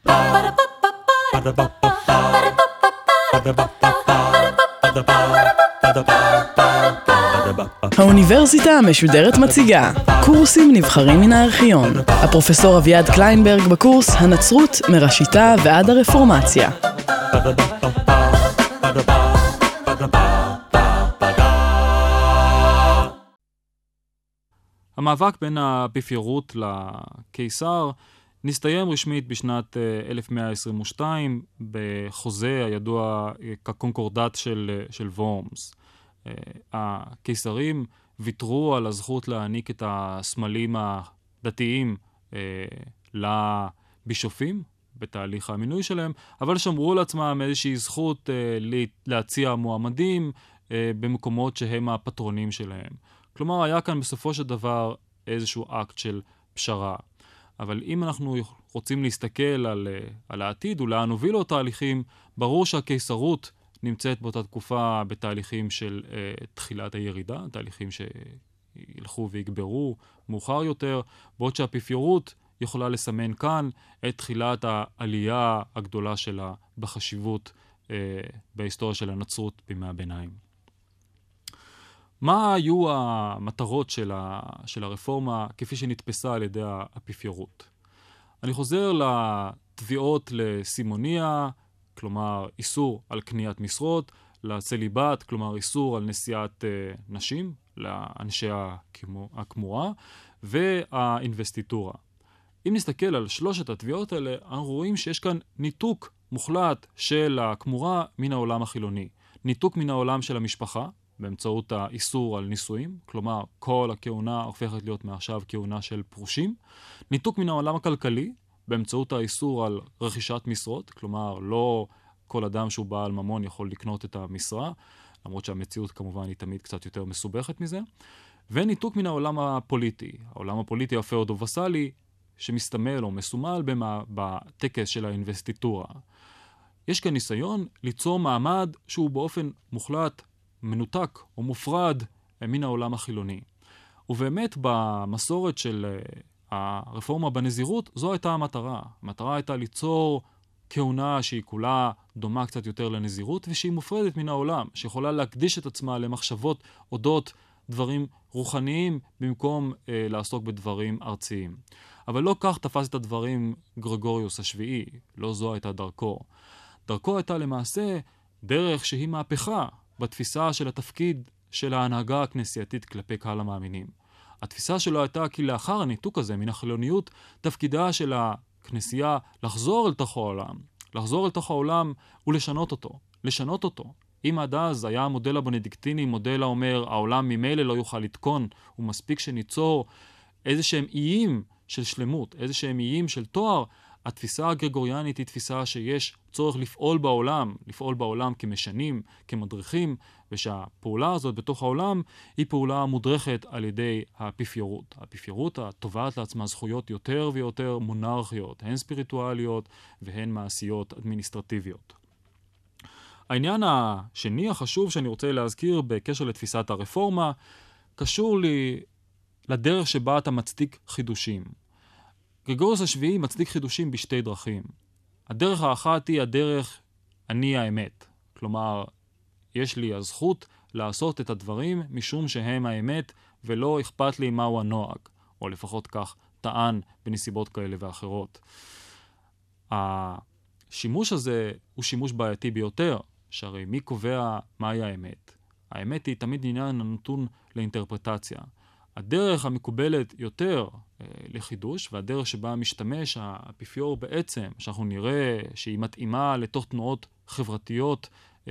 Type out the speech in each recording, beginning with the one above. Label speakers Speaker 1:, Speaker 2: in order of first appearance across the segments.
Speaker 1: האוניברסיטה המשודרת מציגה קורסים נבחרים מן הארכיון. הפרופסור אביעד קליינברג בקורס הנצרות מראשיתה ועד הרפורמציה.
Speaker 2: המאבק בין האפיפיורות לקיסר נסתיים רשמית בשנת 1122 בחוזה הידוע כקונקורדט של וורמס. הקיסרים ויתרו על הזכות להעניק את הסמלים הדתיים לבישופים בתהליך המינוי שלהם, אבל שמרו לעצמם איזושהי זכות להציע מועמדים במקומות שהם הפטרונים שלהם. כלומר, היה כאן בסופו של דבר איזשהו אקט של פשרה. אבל אם אנחנו רוצים להסתכל על העתיד ולאן הובילו תהליכים, ברור שהקיסרות נמצאת באותה תקופה בתהליכים של תחילת הירידה, תהליכים שילכו ויגברו מאוחר יותר, בעוד שהאפיפיורות יכולה לסמן כאן את תחילת העלייה הגדולה שלה בחשיבות בהיסטוריה של הנצרות בימי הביניים. מה היו המטרות של הרפורמה כפי שנתפסה על ידי האפיפיורות? אני חוזר לתביעות לסימוניה, כלומר איסור על קניית משרות, לצליבט, כלומר איסור על נשיאת נשים, לאנשי הכמורה, והאינבסטיטורה. אם נסתכל על שלושת התביעות האלה, אנחנו רואים שיש כאן ניתוק מוחלט של הכמורה מן העולם החילוני. ניתוק מן העולם של המשפחה, באמצעות האיסור על נישואים, כלומר כל הכהונה הופכת להיות מעכשיו כהונה של פרושים. ניתוק מן העולם הכלכלי, באמצעות האיסור על רכישת משרות, כלומר לא כל אדם שהוא בעל ממון יכול לקנות את המשרה, למרות שהמציאות כמובן היא תמיד קצת יותר מסובכת מזה. וניתוק מן העולם הפוליטי, העולם הפוליטי הפאודו-וסלי, שמסתמל או מסומל בטקס של האינבסטיטורה. יש כאן ניסיון ליצור מעמד שהוא באופן מוחלט מנותק או מופרד מן העולם החילוני. ובאמת במסורת של הרפורמה בנזירות זו הייתה המטרה. המטרה הייתה ליצור כהונה שהיא כולה דומה קצת יותר לנזירות ושהיא מופרדת מן העולם, שיכולה להקדיש את עצמה למחשבות אודות דברים רוחניים במקום לעסוק בדברים ארציים. אבל לא כך תפס את הדברים גרגוריוס השביעי, לא זו הייתה דרכו. דרכו הייתה למעשה דרך שהיא מהפכה בתפיסה של התפקיד של ההנהגה הכנסייתית כלפי קהל המאמינים. התפיסה שלו הייתה כי לאחר הניתוק הזה מן החילוניות, תפקידה של הכנסייה לחזור אל תוך העולם, לחזור אל תוך העולם ולשנות אותו, לשנות אותו. אם עד אז היה המודל הבנדיקטיני מודל האומר, העולם ממילא לא יוכל לתקון, ומספיק שניצור איזה שהם איים של שלמות, איזה שהם איים של תואר, התפיסה הגרגוריאנית היא תפיסה שיש צורך לפעול בעולם כמשנים, כמדריכים, ושהפעולה הזאת בתוך העולם היא פעולה מודרכת על ידי האפיפיורות. האפיפיורות תובעת לעצמה זכויות יותר ויותר מונרכיות, הן ספיריטואליות והן מעשיות אדמיניסטרטיביות. העניין השני החשוב שאני רוצה להזכיר בקשר לתפיסת הרפורמה, קשור לדרך שבה אתה מצדיק חידושים. גרגוריוס השביעי מצדיק חידושים בשתי דרכים. הדרך האחת היא הדרך אני האמת. כלומר, יש לי הזכות לעשות את הדברים משום שהם האמת ולא אכפת לי מהו הנוהג, או לפחות כך טען בנסיבות כאלה ואחרות. השימוש הזה הוא שימוש בעייתי ביותר, שהרי מי קובע מהי האמת? האמת היא תמיד עניין הנתון לאינטרפרטציה. הדרך המקובלת יותר לחידוש, והדרך שבה משתמש האפיפיור בעצם, שאנחנו נראה שהיא מתאימה לתוך תנועות חברתיות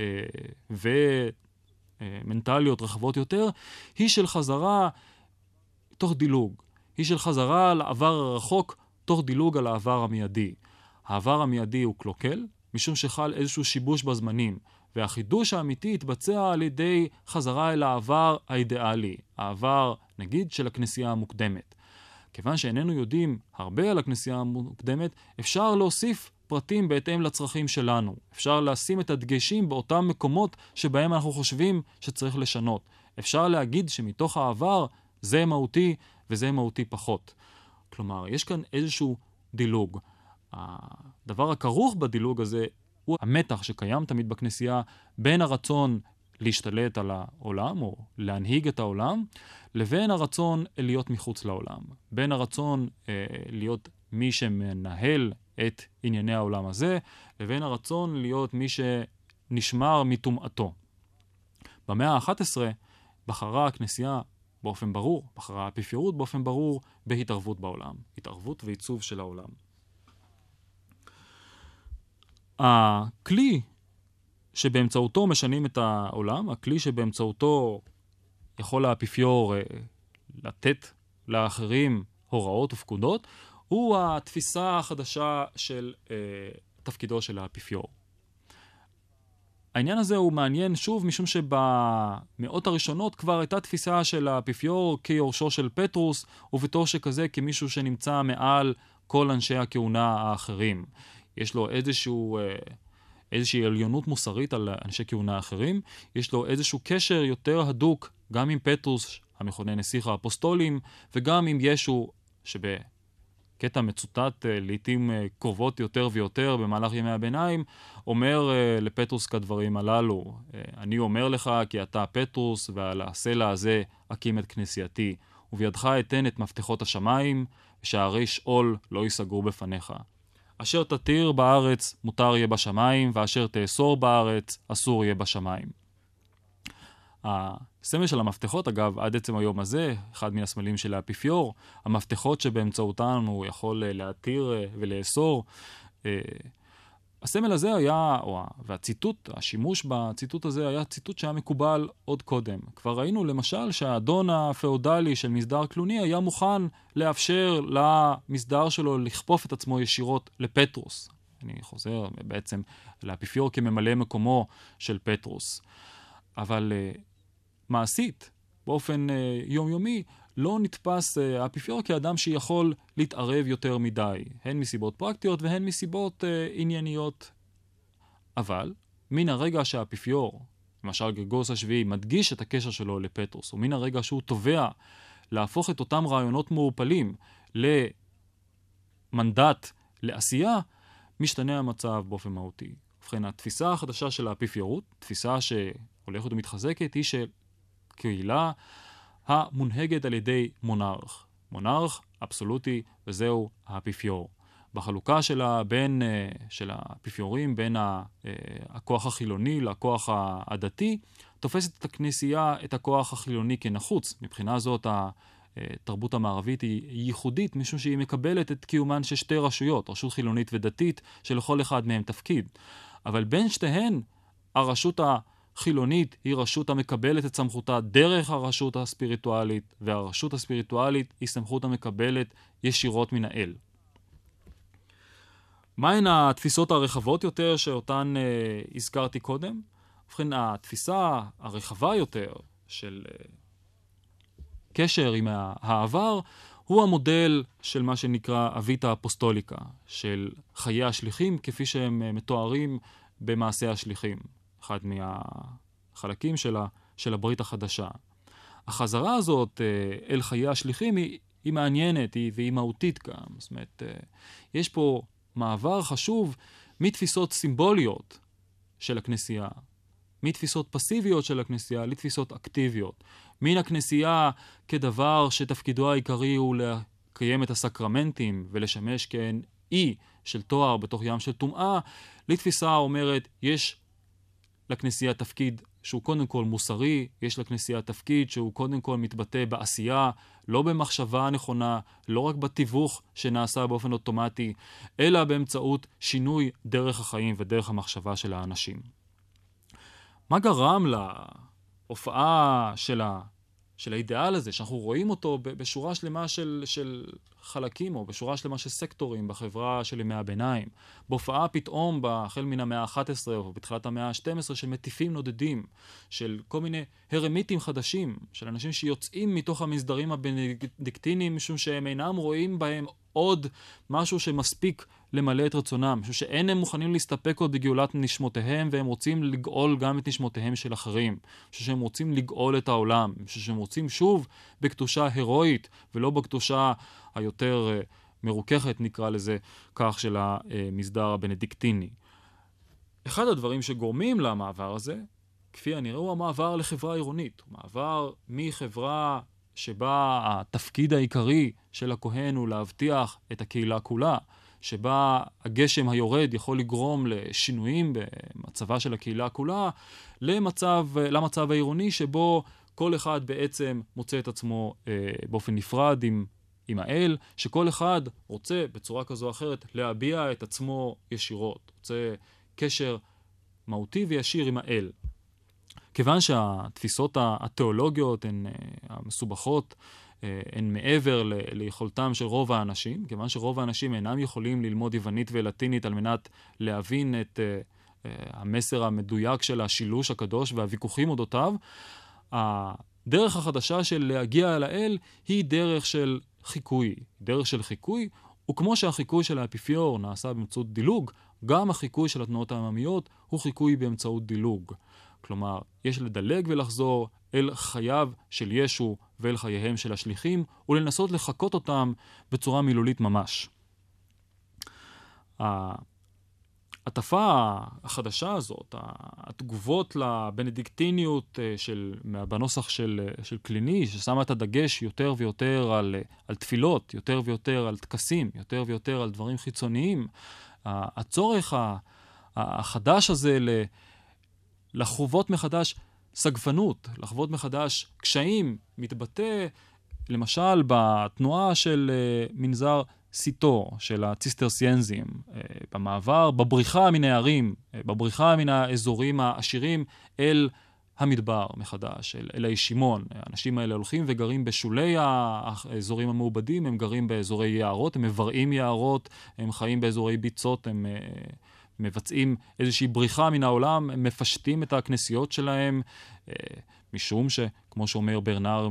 Speaker 2: ומנטליות רחבות יותר, היא של חזרה תוך דילוג. היא של חזרה לעבר הרחוק תוך דילוג על העבר המיידי. העבר המיידי הוא קלוקל, משום שחל איזשהו שיבוש בזמנים, והחידוש האמיתי התבצע על ידי חזרה אל העבר האידיאלי, העבר, נגיד, של הכנסייה המוקדמת. כיוון שאיננו יודעים הרבה על הכנסייה המוקדמת, אפשר להוסיף פרטים בהתאם לצרכים שלנו. אפשר לשים את הדגשים באותם מקומות שבהם אנחנו חושבים שצריך לשנות. אפשר להגיד שמתוך העבר זה מהותי וזה מהותי פחות. כלומר, יש כאן איזשהו דילוג. הדבר הכרוך בדילוג הזה הוא המתח שקיים תמיד בכנסייה בין הרצון להשתלט על העולם או להנהיג את העולם, לבין הרצון להיות מחוץ לעולם. בין הרצון להיות מי שמנהל את ענייני העולם הזה, לבין הרצון להיות מי שנשמר מטומאתו. במאה ה-11 בחרה הכנסייה באופן ברור, בחרה האפיפיורות באופן ברור בהתערבות בעולם. התערבות ועיצוב של העולם. הכלי שבאמצעותו משנים את העולם, הכלי שבאמצעותו יכול האפיפיור לתת לאחרים הוראות ופקודות, הוא התפיסה החדשה של תפקידו של האפיפיור. העניין הזה הוא מעניין שוב משום שבמאות הראשונות כבר הייתה תפיסה של האפיפיור כיורשו של פטרוס, ובתור שכזה כמישהו שנמצא מעל כל אנשי הכהונה האחרים. יש לו איזושהי עליונות מוסרית על אנשי כהונה האחרים, יש לו איזשהו קשר יותר הדוק גם עם פטרוס, המכונה נסיך האפוסטולים, וגם עם ישו, שבקטע מצוטט לעתים קרובות יותר ויותר במהלך ימי הביניים, אומר לפטרוס כדברים הללו, אני אומר לך כי אתה פטרוס, ועל הסלע הזה אקים את כנסייתי, ובידך אתן את מפתחות השמיים, ושערי שאול לא ייסגרו בפניך. אשר תתיר בארץ מותר יהיה בשמיים, ואשר תאסור בארץ אסור יהיה בשמיים. הסמל של המפתחות, אגב, עד עצם היום הזה, אחד מן הסמלים של האפיפיור, המפתחות שבאמצעותן הוא יכול להתיר ולאסור, הסמל הזה היה, והציטוט, השימוש בציטוט הזה היה ציטוט שהיה מקובל עוד קודם. כבר ראינו למשל שהאדון הפאודלי של מסדר קלוני היה מוכן לאפשר למסדר שלו לכפוף את עצמו ישירות לפטרוס. אני חוזר בעצם לאפיפיור כממלא מקומו של פטרוס. אבל מעשית, באופן יומיומי, לא נתפס האפיפיור כאדם שיכול להתערב יותר מדי, הן מסיבות פרקטיות והן מסיבות ענייניות. אבל מן הרגע שהאפיפיור, למשל גרגוריוס השביעי, מדגיש את הקשר שלו לפטרוס, ומן הרגע שהוא תובע להפוך את אותם רעיונות מעורפלים למנדט, לעשייה, משתנה המצב באופן מהותי. ובכן, התפיסה החדשה של האפיפיורות, תפיסה שהולכת ומתחזקת, היא של קהילה המונהגת על ידי מונרך. מונרך אבסולוטי, וזהו האפיפיור. בחלוקה שלה של האפיפיורים בין הכוח החילוני לכוח הדתי, תופסת את הכנסייה את הכוח החילוני כנחוץ. מבחינה זאת התרבות המערבית היא ייחודית, משום שהיא מקבלת את קיומן של שתי רשויות, רשות חילונית ודתית, שלכל אחד מהם תפקיד. אבל בין שתיהן, הרשות החילונית היא רשות המקבלת את סמכותה דרך הרשות הספיריטואלית, והרשות הספיריטואלית היא סמכות המקבלת ישירות מן האל. מהן התפיסות הרחבות יותר שאותן הזכרתי קודם? ובכן, התפיסה הרחבה יותר של קשר עם העבר הוא המודל של מה שנקרא אביטה אפוסטוליקה, של חיי השליחים כפי שהם מתוארים במעשה השליחים. אחד מהחלקים של הברית החדשה. החזרה הזאת אל חיי השליחים היא מעניינת והיא מהותית גם. זאת אומרת, יש פה מעבר חשוב מתפיסות סימבוליות של הכנסייה, מתפיסות פסיביות של הכנסייה לתפיסות אקטיביות. מן הכנסייה כדבר שתפקידו העיקרי הוא לקיים את הסקרמנטים ולשמש כעין אי של תואר בתוך ים של טומאה, לתפיסה אומרת יש לכנסייה תפקיד שהוא קודם כל מוסרי, יש לכנסייה תפקיד שהוא קודם כל מתבטא בעשייה, לא במחשבה נכונה, לא רק בתיווך שנעשה באופן אוטומטי, אלא באמצעות שינוי דרך החיים ודרך המחשבה של האנשים. מה גרם להופעה של האידאל הזה, שאנחנו רואים אותו בשורה שלמה של חלקים, או בשורה שלמה של סקטורים בחברה של ימי הביניים. בהופעה פתאום, החל מן המאה ה-11 או בתחילת המאה ה-12, של מטיפים נודדים, של כל מיני הרמיטים חדשים, של אנשים שיוצאים מתוך המסדרים הבנדיקטיניים, משום שהם אינם רואים בהם עוד משהו שמספיק למלא את רצונם, משום שאין הם מוכנים להסתפק עוד בגאולת נשמותיהם, והם רוצים לגאול גם את נשמותיהם של אחרים, משום שהם רוצים לגאול את העולם, משום שהם רוצים שוב בקדושה הירואית, ולא בקדושה היותר מרוככת, נקרא לזה כך, של המסדר הבנדיקטיני. אחד הדברים שגורמים למעבר הזה, כפי הנראה, הוא המעבר לחברה עירונית. מעבר מחברה שבה התפקיד העיקרי של הכהן הוא להבטיח את הקהילה כולה, שבה הגשם היורד יכול לגרום לשינויים במצבה של הקהילה כולה, למצב העירוני שבו כל אחד בעצם מוצא את עצמו באופן נפרד עם האל, שכל אחד רוצה בצורה כזו או אחרת להביע את עצמו ישירות, רוצה קשר מהותי וישיר עם האל. כיוון שהתפיסות התיאולוגיות הן המסובכות, הן מעבר ליכולתם של רוב האנשים, כיוון שרוב האנשים אינם יכולים ללמוד יוונית ולטינית על מנת להבין את המסר המדויק של השילוש הקדוש והוויכוחים אודותיו, הדרך החדשה של להגיע אל האל היא דרך של חיקוי. דרך של חיקוי, וכמו שהחיקוי של האפיפיור נעשה באמצעות דילוג, גם החיקוי של התנועות העממיות הוא חיקוי באמצעות דילוג. כלומר, יש לדלג ולחזור אל חייו של ישו ואל חייהם של השליחים, ולנסות לחקות אותם בצורה מילולית ממש. התקופה החדשה הזאת, התגובות לבנדיקטיניות בנוסח של קליני, ששמה את הדגש יותר ויותר על תפילות, יותר ויותר על טקסים, יותר ויותר על דברים חיצוניים, הצורך החדש הזה לחוות מחדש סגפנות, לחוות מחדש קשיים, מתבטא למשל בתנועה של מנזר סיטו, של הציסטרסיאנזים, במעבר, בבריחה מן הערים, בבריחה מן האזורים העשירים אל המדבר מחדש, אל הישימון. האנשים האלה הולכים וגרים בשולי האזורים המעובדים, הם גרים באזורי יערות, הם מברעים יערות, הם חיים באזורי ביצות, הם מבצעים איזושהי בריחה מן העולם, הם מפשטים את הכנסיות שלהם, משום שכמו שאומר ברנר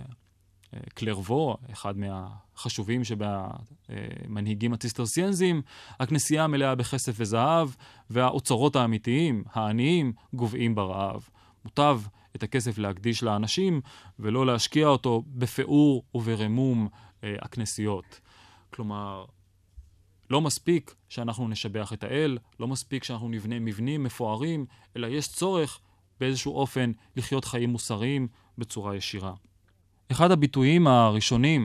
Speaker 2: מקלרוו, אחד מהחשובים שבמנהיגים הציסטרסיאנזים, הכנסייה מלאה בכסף וזהב, והאוצרות האמיתיים, העניים, גובעים ברעב. מוטב את הכסף להקדיש לאנשים, ולא להשקיע אותו בפאור וברמום הכנסיות. כלומר, לא מספיק שאנחנו נשבח את האל, לא מספיק שאנחנו נבנה מבנים מפוארים, אלא יש צורך באיזשהו אופן לחיות חיים מוסריים בצורה ישירה. אחד הביטויים הראשונים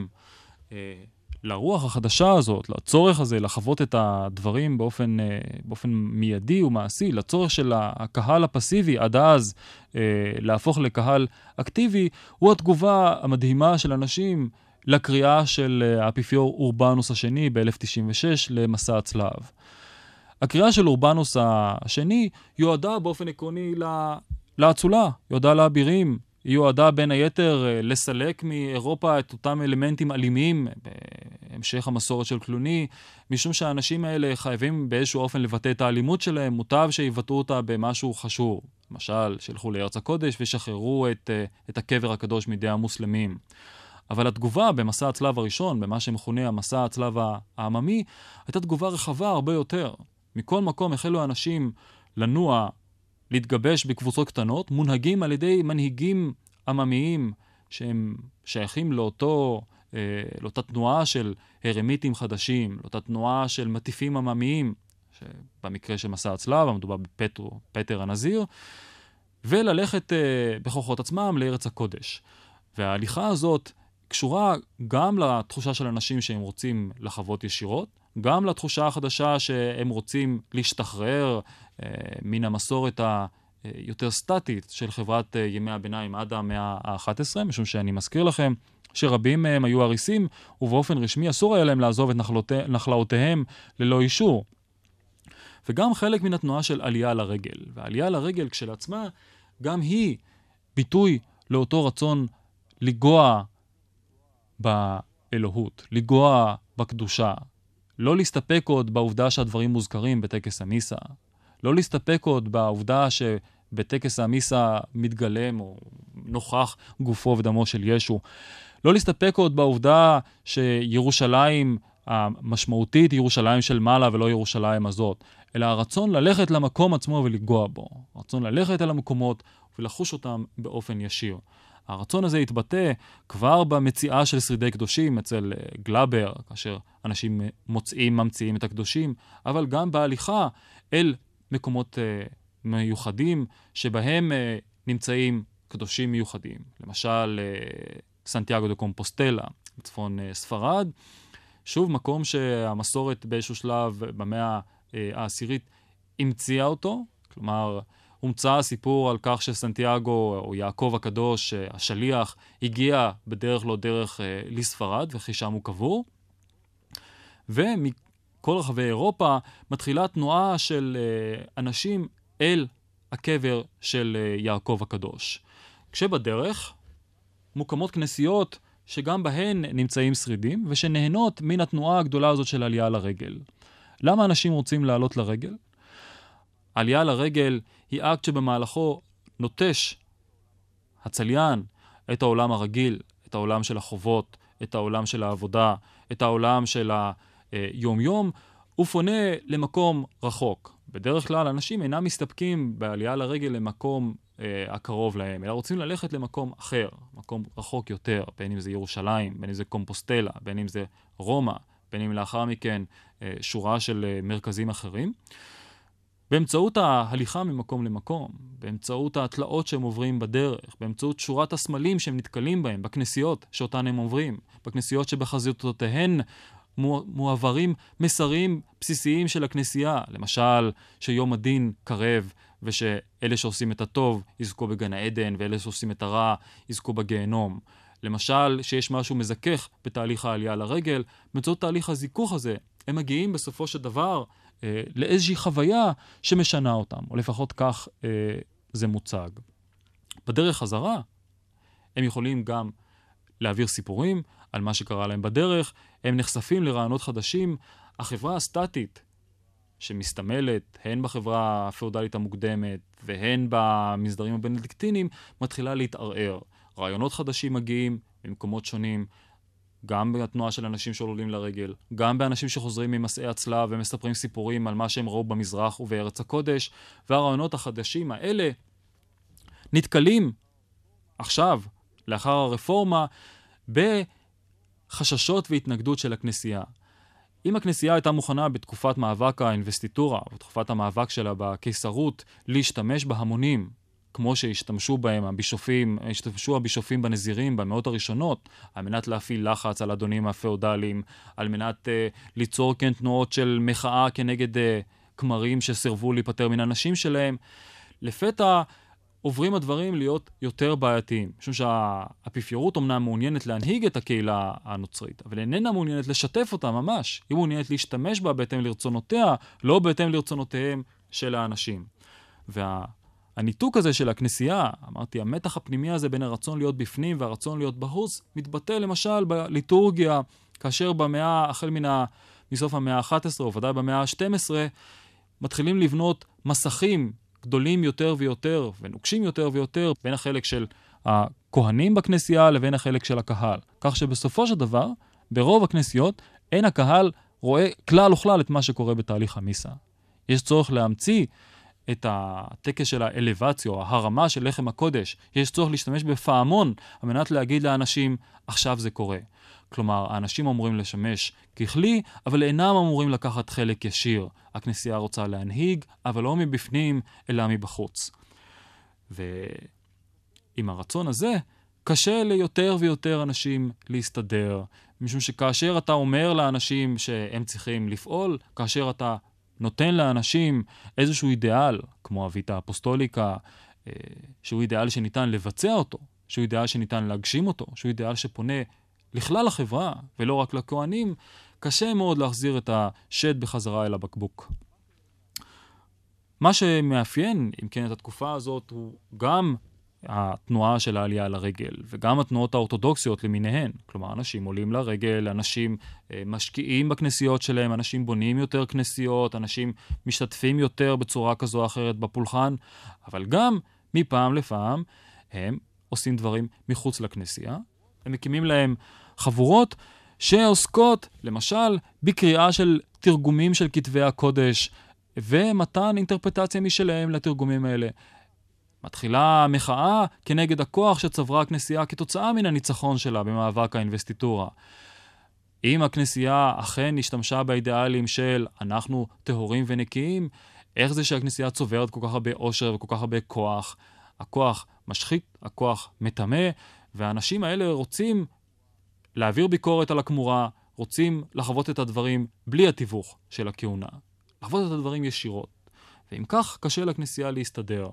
Speaker 2: לרוח החדשה הזאת, לצורך הזה לחוות את הדברים באופן מיידי ומעשי, לצורך של הקהל הפסיבי עד אז להפוך לקהל אקטיבי, הוא התגובה המדהימה של אנשים לקריאה של האפיפיור אורבנוס השני ב-1096 למסע הצלב. הקריאה של אורבנוס השני יועדה באופן עקרוני לאצולה, יועדה לאבירים, היא יועדה בין היתר לסלק מאירופה את אותם אלמנטים אלימים בהמשך המסורת של קלוני, משום שהאנשים האלה חייבים באיזשהו אופן לבטא את האלימות שלהם, מוטב שיבטאו אותה במשהו חשוב. למשל, שילכו לארץ הקודש ושחררו את הקבר הקדוש מידי המוסלמים. אבל התגובה במסע הצלב הראשון, במה שמכונה המסע הצלב העממי, הייתה תגובה רחבה הרבה יותר. מכל מקום החלו האנשים לנוע, להתגבש בקבוצות קטנות, מונהגים על ידי מנהיגים עממיים שהם שייכים לאותה תנועה של הרמיטים חדשים, לאותה תנועה של מטיפים עממיים, שבמקרה של מסע הצלב, המדובר בפטר הנזיר, וללכת בכוחות עצמם לארץ הקודש. וההליכה הזאת קשורה גם לתחושה של אנשים שהם רוצים לחוות ישירות, גם לתחושה החדשה שהם רוצים להשתחרר מן המסורת היותר סטטית של חברת ימי הביניים עד המאה ה-11, משום שאני מזכיר לכם שרבים מהם היו הריסים, ובאופן רשמי אסור היה להם לעזוב את נחלאותיהם ללא אישור. וגם חלק מן התנועה של עלייה לרגל. והעלייה לרגל כשלעצמה גם היא ביטוי לאותו רצון לגוע באלוהות, לגוע בקדושה. לא להסתפק עוד בעובדה שהדברים מוזכרים בטקס המיסה. לא להסתפק עוד בעובדה שבטקס המיסה מתגלם או נוכח גופו ודמו של ישו. לא להסתפק עוד בעובדה שירושלים המשמעותית היא ירושלים של מעלה ולא ירושלים הזאת. אלא הרצון ללכת למקום עצמו ולגוע בו. הרצון ללכת אל המקומות ולחוש אותם באופן ישיר. הרצון הזה התבטא כבר במציאה של שרידי קדושים אצל גלאבר, כאשר אנשים ממציאים את הקדושים, אבל גם בהליכה אל מקומות מיוחדים שבהם נמצאים קדושים מיוחדים. למשל, סנטיאגו דה קומפוסטלה, בצפון ספרד. שוב, מקום שהמסורת באיזשהו שלב במאה העשירית המציאה אותו. כלומר, הומצא הסיפור על כך שסנטיאגו או יעקב הקדוש, השליח, הגיע בדרך לא דרך לספרד, וכי שם הוא קבור. ומכל רחבי אירופה מתחילה תנועה של אנשים אל הקבר של יעקב הקדוש. כשבדרך מוקמות כנסיות שגם בהן נמצאים שרידים, ושנהנות מן התנועה הגדולה הזאת של עלייה לרגל. למה אנשים רוצים לעלות לרגל? עלייה לרגל היא אקט שבמהלכו נוטש הצליין את העולם הרגיל, את העולם של החובות, את העולם של העבודה, את העולם של היום-יום, ופונה למקום רחוק. בדרך כלל אנשים אינם מסתפקים בעלייה לרגל למקום הקרוב להם, אלא רוצים ללכת למקום אחר, מקום רחוק יותר, בין אם זה ירושלים, בין אם זה קומפוסטלה, בין אם זה רומא, בין אם לאחר מכן שורה של מרכזים אחרים. באמצעות ההליכה ממקום למקום, באמצעות התלאות שהם עוברים בדרך, באמצעות שורת הסמלים שהם נתקלים בהם, בכנסיות שאותן הם עוברים, בכנסיות שבחזיתותיהן מועברים מסרים בסיסיים של הכנסייה, למשל שיום הדין קרב, ושאלה שעושים את הטוב יזכו בגן העדן, ואלה שעושים את הרע יזכו בגיהנום. למשל, שיש משהו מזכך בתהליך העלייה לרגל, באמצעות תהליך הזיכוך הזה, הם מגיעים בסופו של דבר לאיזושהי חוויה שמשנה אותם, או לפחות כך זה מוצג. בדרך חזרה, הם יכולים גם להעביר סיפורים על מה שקרה להם בדרך, הם נחשפים לרעיונות חדשים. החברה הסטטית שמסתמלת, הן בחברה הפאודלית המוקדמת, והן במסדרים הבנדיקטיניים, מתחילה להתערער. רעיונות חדשים מגיעים במקומות שונים, גם בתנועה של אנשים שעולים לרגל, גם באנשים שחוזרים ממסעי הצלב ומספרים סיפורים על מה שהם ראו במזרח ובארץ הקודש, והרעיונות החדשים האלה נתקלים עכשיו, לאחר הרפורמה, בחששות והתנגדות של הכנסייה. אם הכנסייה הייתה מוכנה בתקופת מאבק האינבסטיטורה, בתקופת המאבק שלה בקיסרות, להשתמש בהמונים, כמו שהשתמשו בהם הבישופים בנזירים במאות הראשונות, על מנת להפעיל לחץ על אדונים הפאודליים, על מנת ליצור כן תנועות של מחאה כנגד כמרים שסרבו להיפטר מן הנשים שלהם, לפתע עוברים הדברים להיות יותר בעייתיים. משום שהאפיפיורות אומנם מעוניינת להנהיג את הקהילה הנוצרית, אבל איננה מעוניינת לשתף אותה ממש. היא מעוניינת להשתמש בה בהתאם לרצונותיה, לא בהתאם לרצונותיהם של האנשים. הניתוק הזה של הכנסייה, אמרתי, המתח הפנימי הזה בין הרצון להיות בפנים והרצון להיות בחוץ, מתבטא למשל בליטורגיה, כאשר החל מסוף המאה ה-11, או ודאי במאה ה-12, מתחילים לבנות מסכים גדולים יותר ויותר, ונוקשים יותר ויותר, בין החלק של הכהנים בכנסייה לבין החלק של הקהל. כך שבסופו של דבר, ברוב הכנסיות, אין הקהל רואה כלל וכלל את מה שקורה בתהליך המיסה. יש צורך להמציא את הטקס של האלבציה, או הרמה של לחם הקודש. יש צורך להשתמש בפעמון, על מנת להגיד לאנשים, עכשיו זה קורה. כלומר, האנשים אמורים לשמש ככלי, אבל אינם אמורים לקחת חלק ישיר. הכנסייה רוצה להנהיג, אבל לא מבפנים, אלא מבחוץ. ועם הרצון הזה, קשה ליותר ויותר אנשים להסתדר, משום שכאשר אתה אומר לאנשים שהם צריכים לפעול, כאשר אתה נותן לאנשים איזשהו אידיאל, כמו הוויטה האפוסטוליקה, שהוא אידיאל שניתן לבצע אותו, שהוא אידיאל שניתן להגשים אותו, שהוא אידיאל שפונה לכלל החברה, ולא רק לכהנים, קשה מאוד להחזיר את השד בחזרה אל הבקבוק. מה שמאפיין, אם כן, את התקופה הזאת, הוא גם התנועה של העלייה לרגל, וגם התנועות האורתודוקסיות למיניהן. כלומר, אנשים עולים לרגל, אנשים משקיעים בכנסיות שלהם, אנשים בונים יותר כנסיות, אנשים משתתפים יותר בצורה כזו או אחרת בפולחן, אבל גם מפעם לפעם הם עושים דברים מחוץ לכנסייה. הם מקימים להם חבורות שעוסקות, למשל, בקריאה של תרגומים של כתבי הקודש, ומתן אינטרפטציה משלהם לתרגומים האלה. מתחילה מחאה כנגד הכוח שצברה הכנסייה כתוצאה מן הניצחון שלה במאבק האינבסטיטורה. אם הכנסייה אכן השתמשה באידיאלים של אנחנו טהורים ונקיים, איך זה שהכנסייה צוברת כל כך הרבה עושר וכל כך הרבה כוח? הכוח משחית, הכוח מטמא, והאנשים האלה רוצים להעביר ביקורת על הכמורה, רוצים לחוות את הדברים בלי התיווך של הכהונה. לחוות את הדברים ישירות. ואם כך, קשה לכנסייה להסתדר.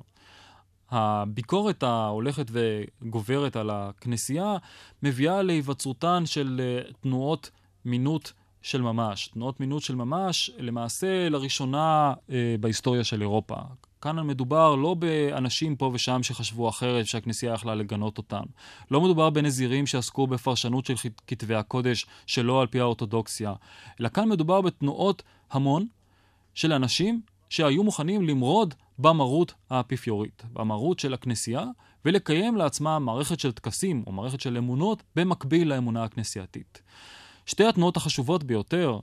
Speaker 2: הביקורת ההולכת וגוברת על הכנסייה מביאה להיווצרותן של תנועות מינות של ממש. תנועות מינות של ממש למעשה לראשונה בהיסטוריה של אירופה. כאן מדובר לא באנשים פה ושם שחשבו אחרת שהכנסייה יכלה לגנות אותם. לא מדובר בנזירים שעסקו בפרשנות של כתבי הקודש שלא על פי האורתודוקסיה. אלא כאן מדובר בתנועות המון של אנשים שהיו מוכנים למרוד במרות האפיפיורית, במרות של הכנסייה, ולקיים לעצמה מערכת של טקסים או מערכת של אמונות במקביל לאמונה הכנסייתית. שתי התנועות החשובות ביותר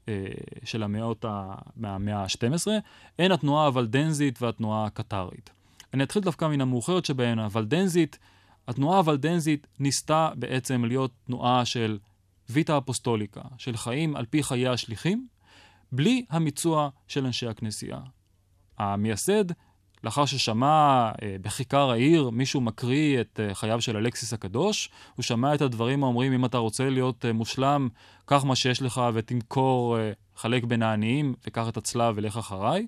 Speaker 2: של מהמאה ה-12 הן התנועה הוולדנזית והתנועה הקטרית. אני אתחיל דווקא מן המאוחרת שבהן הוולדנזית. התנועה הוולדנזית ניסתה בעצם להיות תנועה של ויטה אפוסטוליקה, של חיים על פי חיי השליחים, בלי המיצוע של אנשי הכנסייה. המייסד, לאחר ששמע בכיכר העיר מישהו מקריא את חייו של אלכסיס הקדוש, הוא שמע את הדברים האומרים, אם אתה רוצה להיות מושלם, קח מה שיש לך ותמכור, חלק בין העניים, וקח את הצלב ולך אחריי.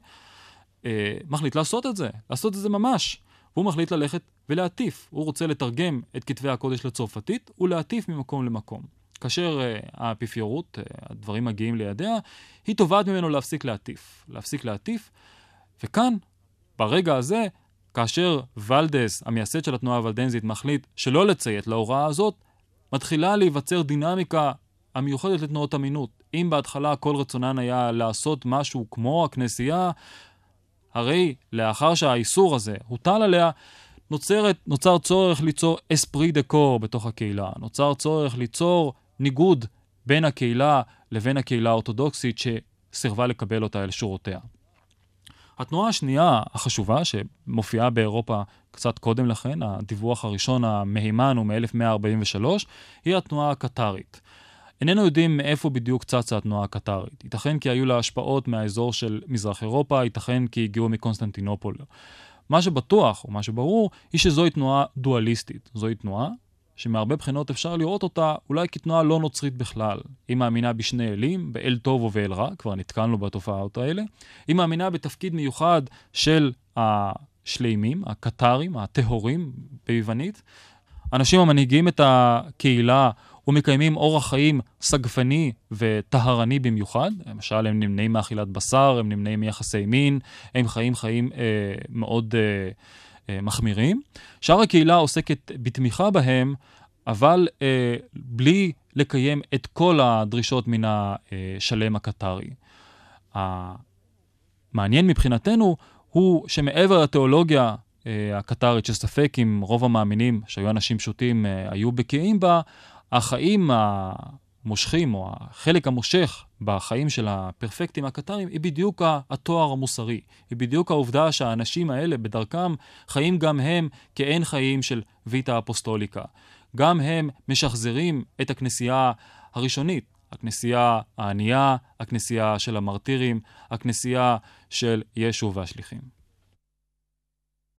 Speaker 2: מחליט לעשות את זה ממש. הוא מחליט ללכת ולהטיף. הוא רוצה לתרגם את כתבי הקודש לצרפתית ולהטיף ממקום למקום. כאשר האפיפיורות, הדברים מגיעים לידיה, היא תובעת ממנו להפסיק להטיף. וכאן, ברגע הזה, כאשר ולדס, המייסד של התנועה הוולדנזית, מחליט שלא לציית להוראה הזאת, מתחילה להיווצר דינמיקה המיוחדת לתנועות המינות. אם בהתחלה כל רצונן היה לעשות משהו כמו הכנסייה, הרי לאחר שהאיסור הזה הוטל עליה, נוצר צורך ליצור אספרי דקור בתוך הקהילה. נוצר צורך ליצור ניגוד בין הקהילה לבין הקהילה האורתודוקסית שסירבה לקבל אותה אל שורותיה. התנועה השנייה החשובה שמופיעה באירופה קצת קודם לכן, הדיווח הראשון המהימן הוא מ-1143, היא התנועה הקטרית. איננו יודעים מאיפה בדיוק צצה התנועה הקטרית. ייתכן כי היו לה השפעות מהאזור של מזרח אירופה, ייתכן כי הגיעו מקונסטנטינופול. מה שבטוח, או מה שברור, היא שזוהי תנועה דואליסטית. זוהי תנועה שמהרבה בחינות אפשר לראות אותה אולי כתנועה לא נוצרית בכלל. היא מאמינה בשני אלים, באל טוב ובאל רע, כבר נתקלנו בתופעות האלה. היא מאמינה בתפקיד מיוחד של השלימים, הקטרים, הטהורים ביוונית. אנשים המנהיגים את הקהילה ומקיימים אורח חיים סגפני וטהרני במיוחד. למשל, הם נמנעים מאכילת בשר, הם נמנעים מיחסי מין, הם חיים מאוד מחמירים. שאר הקהילה עוסקת בתמיכה בהם, אבל בלי לקיים את כל הדרישות מן השלם הקטרי. המעניין מבחינתנו הוא שמעבר לתיאולוגיה הקטרית, שספק אם רוב המאמינים שהיו אנשים פשוטים היו בקיאים בה, החיים המושכים או החלק המושך בחיים של הפרפקטים הקטרים היא בדיוק התואר המוסרי. היא בדיוק העובדה שהאנשים האלה בדרכם חיים גם הם כאין חיים של ויטה אפוסטוליקה. גם הם משחזרים את הכנסייה הראשונית, הכנסייה הענייה, הכנסייה של המרטירים, הכנסייה של ישו והשליחים.